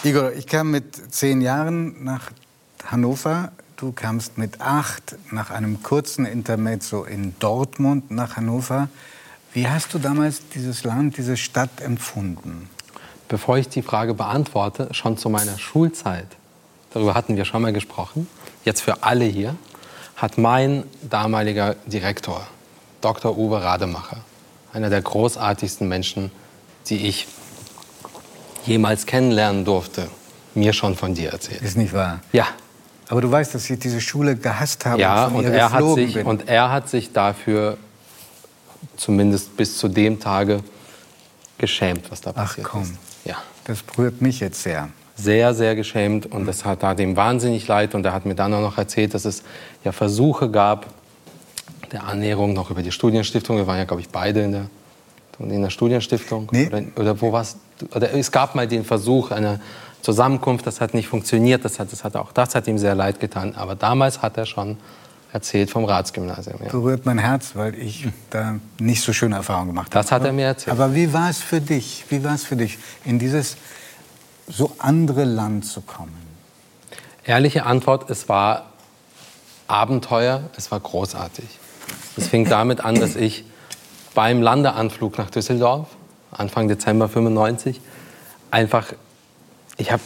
Igor, ich kam mit 10 Jahren nach Hannover. Du kamst mit 8 nach einem kurzen Intermezzo in Dortmund nach Hannover. Wie hast du damals dieses Land, diese Stadt empfunden? Bevor ich die Frage beantworte, schon zu meiner Schulzeit, darüber hatten wir schon mal gesprochen, jetzt für alle hier, hat mein damaliger Direktor, Dr. Uwe Rademacher, einer der großartigsten Menschen, die ich jemals kennenlernen durfte, mir schon von dir erzählt. Ist nicht wahr? Ja. Aber du weißt, dass ich diese Schule gehasst habe. Ja, und er hat sich dafür, zumindest bis zu dem Tage, geschämt, was da passiert ist. Ach komm, ja. Das berührt mich jetzt sehr. Sehr, sehr geschämt und das tat ihm wahnsinnig leid. Und er hat mir dann auch noch erzählt, dass es ja Versuche gab, der Annäherung noch über die Studienstiftung. Wir waren ja, glaube ich, beide in der Studienstiftung. Nee. Oder wo war's? Oder es gab mal den Versuch einer Zusammenkunft, das hat nicht funktioniert. Auch das hat ihm sehr leid getan. Aber damals hat er schon erzählt vom Ratsgymnasium. Ja. Berührt mein Herz, weil ich da nicht so schöne Erfahrungen gemacht habe. Das hat er mir erzählt. Aber wie war es für dich? Wie war es für dich, in dieses so andere Land zu kommen? Ehrliche Antwort, es war Abenteuer, es war großartig. Es fing damit an, dass ich beim Landeanflug nach Düsseldorf, Anfang Dezember 95, ich habe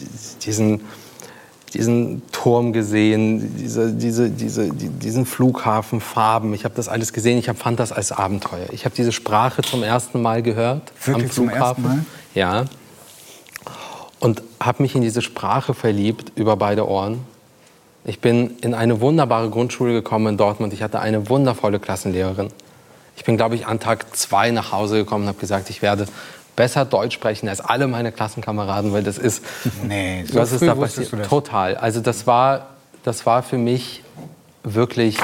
diesen Turm gesehen, diesen Flughafen, Farben, ich habe das alles gesehen, ich fand das als Abenteuer. Ich habe diese Sprache zum ersten Mal gehört. Wirklich am Flughafen. Zum ersten Mal? Ja. Und habe mich in diese Sprache verliebt, über beide Ohren. Ich bin in eine wunderbare Grundschule gekommen in Dortmund. Ich hatte eine wundervolle Klassenlehrerin. Ich bin, glaube ich, an Tag 2 nach Hause gekommen und habe gesagt, ich werde besser Deutsch sprechen als alle meine Klassenkameraden, weil das ist... Nee, so was ist früh da wusstest passiert? du das? Total. Also das war für mich wirklich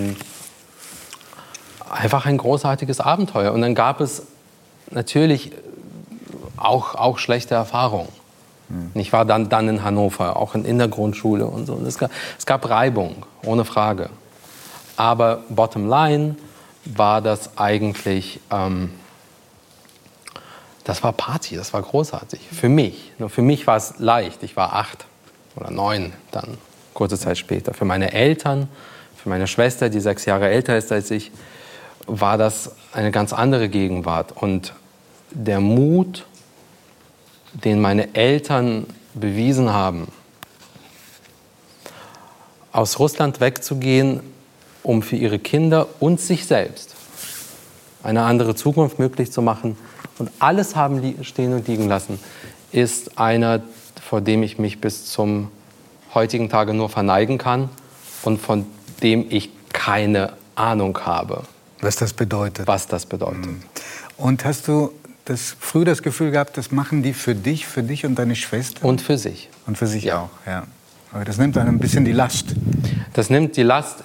einfach ein großartiges Abenteuer. Und dann gab es natürlich auch schlechte Erfahrungen. Ich war dann in Hannover, auch in der Grundschule und so. Und es gab Reibung, ohne Frage. Aber bottom line war das eigentlich, das war Party, das war großartig. Für mich. Nur für mich war es leicht. Ich war 8 oder 9 dann, kurze Zeit später. Für meine Eltern, für meine Schwester, die 6 Jahre älter ist als ich, war das eine ganz andere Gegenwart. Und der Mut, den meine Eltern bewiesen haben, aus Russland wegzugehen, um für ihre Kinder und sich selbst eine andere Zukunft möglich zu machen und alles haben stehen und liegen lassen, ist einer, vor dem ich mich bis zum heutigen Tage nur verneigen kann und von dem ich keine Ahnung habe. Was das bedeutet. Und hast du früh das Gefühl gehabt, das machen die für dich und deine Schwester? Und für sich. Und für sich auch, ja. Aber das nimmt einem ein bisschen die Last. Das nimmt die Last.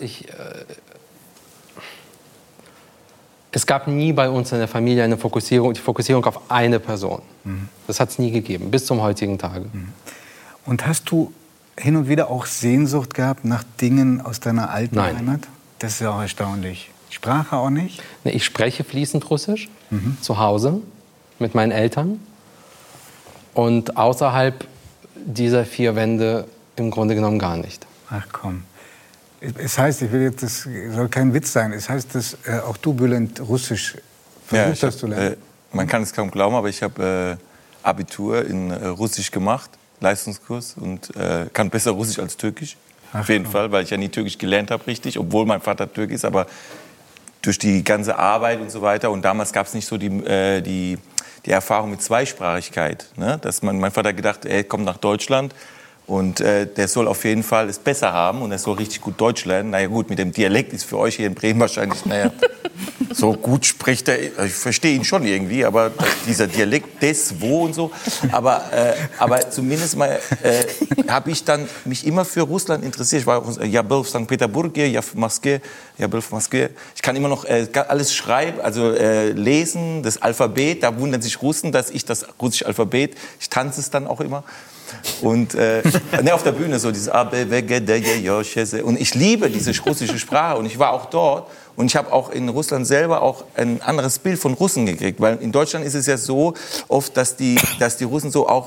Es gab nie bei uns in der Familie die Fokussierung auf eine Person. Das hat es nie gegeben, bis zum heutigen Tage. Und hast du hin und wieder auch Sehnsucht gehabt nach Dingen aus deiner alten Nein. Heimat? Das ist ja auch erstaunlich. Sprache auch nicht? Nee, ich spreche fließend Russisch zu Hause mit meinen Eltern. Und außerhalb dieser 4 Wände im Grunde genommen gar nicht. Ach komm. Es heißt, das soll kein Witz sein, es heißt, dass auch du, Bülent, Russisch versucht hast zu lernen. Man kann es kaum glauben, aber ich habe Abitur in Russisch gemacht, Leistungskurs, und kann besser Russisch als Türkisch. Ach, auf jeden komm. Fall, weil ich ja nie Türkisch gelernt habe, richtig, obwohl mein Vater Türk ist, aber durch die ganze Arbeit und so weiter. Und damals gab es nicht so die Erfahrung mit Zweisprachigkeit. Ne? Dass mein Vater gedacht, er kommt nach Deutschland und der soll auf jeden Fall es besser haben und er soll richtig gut Deutsch lernen. Naja gut, mit dem Dialekt ist für euch hier in Bremen wahrscheinlich, so gut spricht er, ich verstehe ihn schon irgendwie, aber dieser Dialekt, wo und so. Aber zumindest mal habe ich dann mich immer für Russland interessiert. Ich war ja in St. Petersburg, ja in Moskau. Ich kann immer noch alles schreiben, also lesen, das Alphabet. Da wundern sich Russen, dass ich das russische Alphabet, ich tanze es dann auch immer. Und auf der Bühne so dieses A, B, W, G, D, J, J, Sch, und ich liebe diese russische Sprache und ich war auch dort und ich habe auch in Russland selber auch ein anderes Bild von Russen gekriegt, weil in Deutschland ist es ja so oft, dass die Russen so auch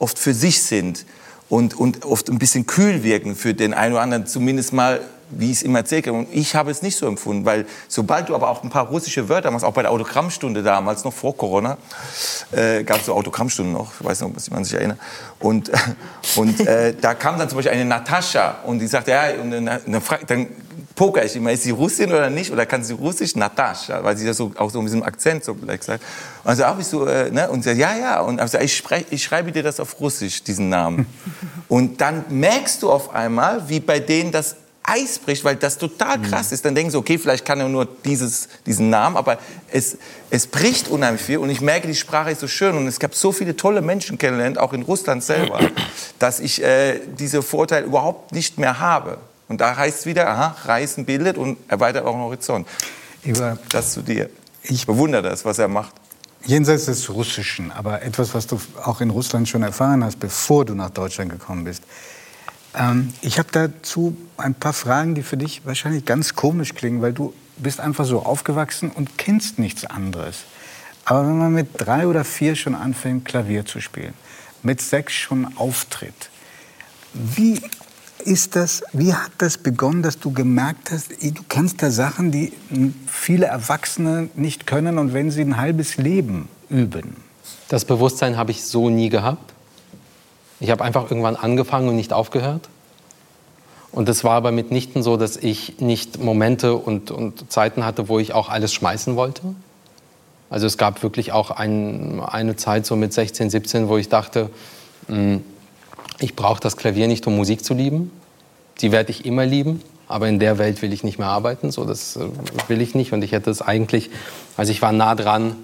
oft für sich sind und oft ein bisschen kühl wirken für den einen oder anderen, zumindest mal, wie ich es immer erzählt habe. Und ich habe es nicht so empfunden, weil sobald du aber auch ein paar russische Wörter machst, auch bei der Autogrammstunde damals, noch vor Corona, gab es so Autogrammstunden noch, ich weiß noch, ob man sich erinnert. Und da kam dann zum Beispiel eine Natascha und die sagte, ja, und dann poker ich immer, ist sie Russin oder nicht? Oder kann sie Russisch? Natascha, weil sie das so, auch so mit diesem Akzent so gleich sagt. Und dann sag ich so, ne? Und sie sagt, ja. Und ich sag, ich schreibe dir das auf Russisch, diesen Namen. Und dann merkst du auf einmal, wie bei denen das Eis bricht, weil das total krass ist. Dann denken sie, okay, vielleicht kann er nur diesen Namen, aber es bricht unheimlich viel. Und ich merke, die Sprache ist so schön. Und es gab so viele tolle Menschen kennengelernt, auch in Russland selber, dass ich diese Vorteile überhaupt nicht mehr habe. Und da heißt es wieder, aha, Reisen bildet und erweitert auch den Horizont. Das zu dir. Ich bewundere das, was er macht. Jenseits des Russischen, aber etwas, was du auch in Russland schon erfahren hast, bevor du nach Deutschland gekommen bist. Ich habe dazu ein paar Fragen, die für dich wahrscheinlich ganz komisch klingen, weil du bist einfach so aufgewachsen und kennst nichts anderes. Aber wenn man mit 3 oder 4 schon anfängt, Klavier zu spielen, mit 6 schon auftritt, wie hat das begonnen, dass du gemerkt hast, du kannst da Sachen, die viele Erwachsene nicht können und wenn sie ein halbes Leben üben? Das Bewusstsein habe ich so nie gehabt. Ich habe einfach irgendwann angefangen und nicht aufgehört. Und es war aber mitnichten so, dass ich nicht Momente und Zeiten hatte, wo ich auch alles schmeißen wollte. Also es gab wirklich auch eine Zeit so mit 16, 17, wo ich dachte, ich brauche das Klavier nicht, um Musik zu lieben. Die werde ich immer lieben, aber in der Welt will ich nicht mehr arbeiten. So, das will ich nicht. Und ich hätte es eigentlich, also ich war nah dran,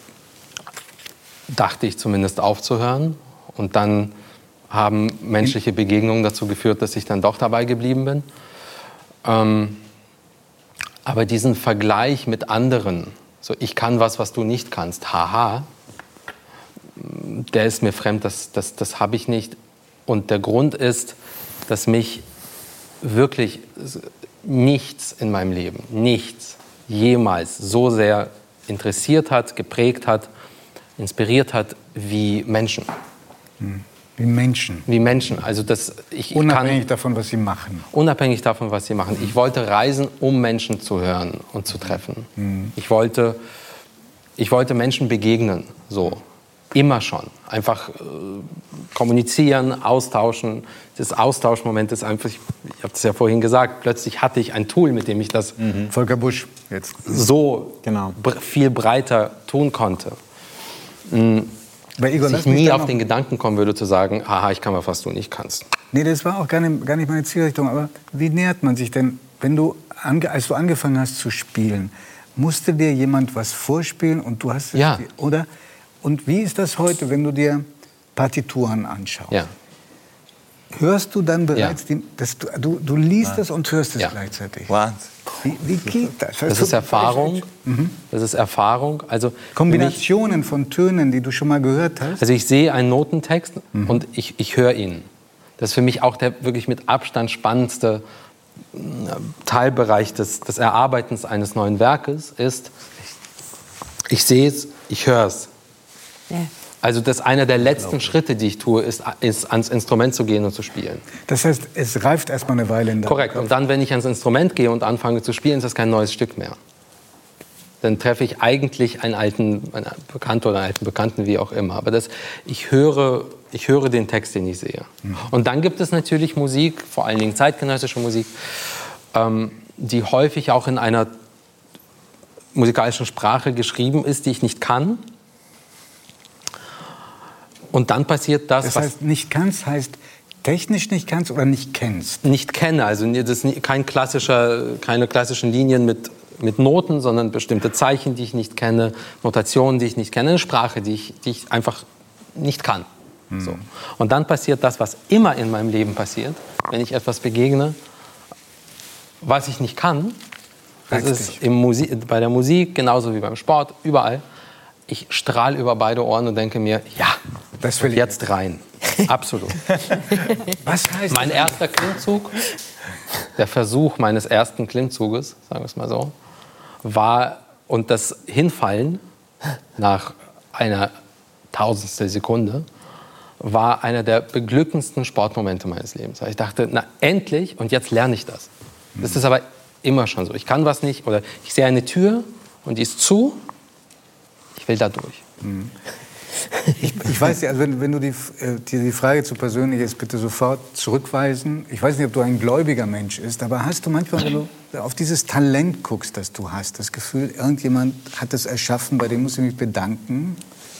dachte ich zumindest aufzuhören. Und dann haben menschliche Begegnungen dazu geführt, dass ich dann doch dabei geblieben bin. Aber diesen Vergleich mit anderen, so ich kann was du nicht kannst, haha, der ist mir fremd, das habe ich nicht. Und der Grund ist, dass mich wirklich nichts in meinem Leben, nichts, jemals so sehr interessiert hat, geprägt hat, inspiriert hat wie Menschen. Wie Menschen? Wie Menschen. Also unabhängig davon, was sie machen. Unabhängig davon, was sie machen. Ich wollte reisen, um Menschen zu hören und zu treffen. Ich wollte Menschen begegnen, so. Immer schon. Einfach kommunizieren, austauschen. Das Austauschmoment ist einfach, ich habe es ja vorhin gesagt, plötzlich hatte ich ein Tool, mit dem ich das Volker Busch jetzt so viel breiter tun konnte. Igor, dass ich nie auf den Gedanken kommen würde, zu sagen, haha, ich kann was du nicht kannst. Nee, das war auch gar nicht meine Zielrichtung. Aber wie nähert man sich denn, als du angefangen hast zu spielen, musste dir jemand was vorspielen und du hast es, ja. Oder? Und wie ist das heute, wenn du dir Partituren anschaust? Ja. Hörst du dann bereits, du liest es und hörst es gleichzeitig? Wahnsinn. Wie geht das? Das ist Erfahrung. Das ist Erfahrung. Also Kombinationen von Tönen, die du schon mal gehört hast? Also ich sehe einen Notentext und ich höre ihn. Das ist für mich auch der wirklich mit Abstand spannendste Teilbereich des Erarbeitens eines neuen Werkes ist, ich sehe es, ich höre es. Ja. Also das einer der letzten Schritte, die ich tue, ist ans Instrument zu gehen und zu spielen. Das heißt, es reift erstmal eine Weile in der Korrekt. Und dann, wenn ich ans Instrument gehe und anfange zu spielen, ist das kein neues Stück mehr. Dann treffe ich eigentlich einen alten Bekannten oder einen alten Bekannten, wie auch immer. Aber ich höre den Text, den ich sehe. Und dann gibt es natürlich Musik, vor allen Dingen zeitgenössische Musik, die häufig auch in einer musikalischen Sprache geschrieben ist, die ich nicht kann. Und dann passiert das, was... Das heißt, nicht kannst, heißt technisch nicht kannst oder nicht kennst? Nicht kenne, also das ist keine klassischen Linien mit Noten, sondern bestimmte Zeichen, die ich nicht kenne, Notationen, die ich nicht kenne, eine Sprache, die ich einfach nicht kann. So. Und dann passiert das, was immer in meinem Leben passiert, wenn ich etwas begegne, was ich nicht kann. Das ist bei der Musik, genauso wie beim Sport, überall. Ich strahle über beide Ohren und denke mir, ja, das will ich jetzt rein. Absolut. Was heißt mein erster Klimmzug, der Versuch meines ersten Klimmzuges, sagen wir es mal so, war, und das Hinfallen nach einer Tausendstel Sekunde, war einer der beglückendsten Sportmomente meines Lebens. Ich dachte, na endlich, und jetzt lerne ich das. Das ist aber immer schon so. Ich kann was nicht, oder ich sehe eine Tür und die ist zu, ich will da durch. Ich weiß nicht, also wenn du dir die Frage zu persönlich ist, bitte sofort zurückweisen. Ich weiß nicht, ob du ein gläubiger Mensch bist, aber hast du manchmal, wenn du auf dieses Talent guckst, das du hast, das Gefühl, irgendjemand hat es erschaffen, bei dem musst du mich bedanken?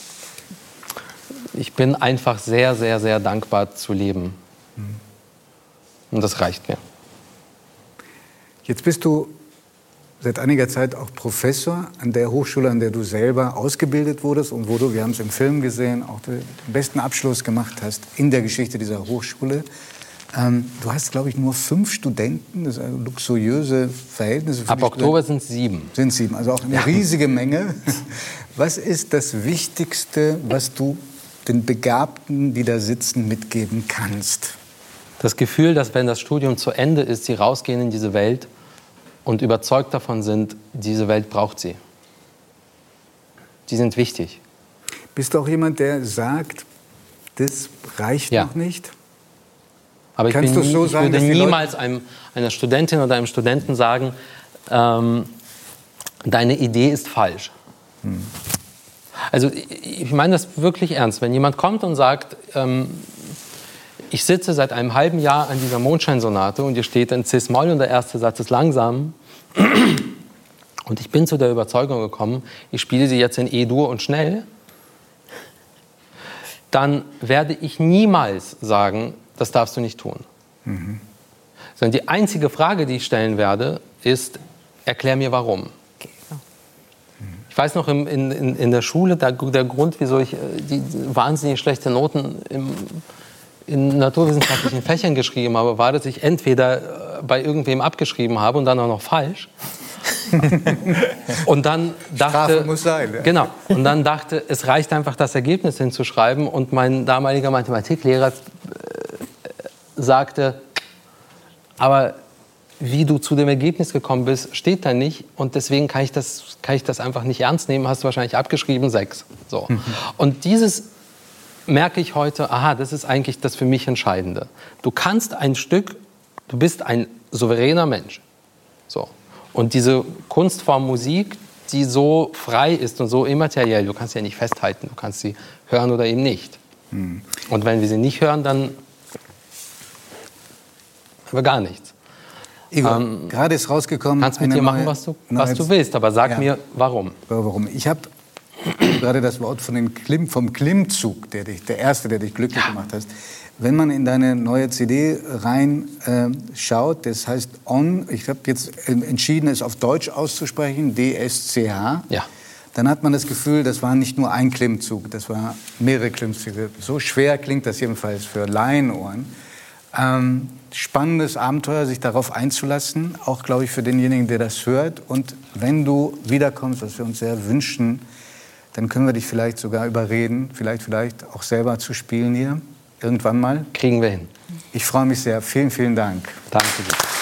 Ich bin einfach sehr, sehr, sehr dankbar zu leben. Und das reicht mir. Jetzt bist du seit einiger Zeit auch Professor an der Hochschule, an der du selber ausgebildet wurdest und wo du, wir haben es im Film gesehen, auch den besten Abschluss gemacht hast in der Geschichte dieser Hochschule. Du hast, glaube ich, nur 5 Studenten, das sind luxuriöse Verhältnisse. Ab Oktober sind es 7. Sind 7, also auch eine riesige Menge. Was ist das Wichtigste, was du den Begabten, die da sitzen, mitgeben kannst? Das Gefühl, dass wenn das Studium zu Ende ist, sie rausgehen in diese Welt und überzeugt davon sind, diese Welt braucht sie. Die sind wichtig. Bist du auch jemand, der sagt, das reicht noch nicht? Aber ich würde niemals einer Studentin oder einem Studenten sagen, deine Idee ist falsch. Also ich meine das wirklich ernst. Wenn jemand kommt und sagt, ich sitze seit einem halben Jahr an dieser Mondscheinsonate und hier steht ein Cis-Moll und der erste Satz ist langsam und ich bin zu der Überzeugung gekommen, ich spiele sie jetzt in E-Dur und schnell, dann werde ich niemals sagen, das darfst du nicht tun. Sondern die einzige Frage, die ich stellen werde, ist, erklär mir warum. Ich weiß noch in der Schule, der Grund, wieso ich die wahnsinnig schlechte Noten in naturwissenschaftlichen Fächern geschrieben habe, war, dass ich entweder bei irgendwem abgeschrieben habe und dann auch noch falsch. Und dann dachte, Strafe muss sein, ja. Genau. Und dann dachte, es reicht einfach, das Ergebnis hinzuschreiben. Und mein damaliger Mathematiklehrer sagte, aber wie du zu dem Ergebnis gekommen bist, steht da nicht. Und deswegen kann ich das einfach nicht ernst nehmen. Hast du wahrscheinlich abgeschrieben, 6. So. Und dieses merke ich heute, aha, das ist eigentlich das für mich Entscheidende. Du kannst ein Stück, du bist ein souveräner Mensch. So. Und diese Kunstform Musik, die so frei ist und so immateriell, du kannst sie ja nicht festhalten, du kannst sie hören oder eben nicht. Und wenn wir sie nicht hören, dann haben wir gar nichts. Igor, gerade ist rausgekommen... Kannst mit dir machen, was du willst, aber sag mir, warum. Warum? Ich habe gerade das Wort vom Klimmzug, der erste, der dich glücklich gemacht hat. Wenn man in deine neue CD reinschaut, das heißt On, ich habe jetzt entschieden, es auf Deutsch auszusprechen, DSCH, dann hat man das Gefühl, das war nicht nur ein Klimmzug, das waren mehrere Klimmzüge. So schwer klingt das jedenfalls für Laienohren. Spannendes Abenteuer, sich darauf einzulassen, auch, glaube ich, für denjenigen, der das hört. Und wenn du wiederkommst, was wir uns sehr wünschen, dann können wir dich vielleicht sogar überreden, vielleicht auch selber zu spielen hier, irgendwann mal. Kriegen wir hin. Ich freue mich sehr. Vielen, vielen Dank. Danke dir.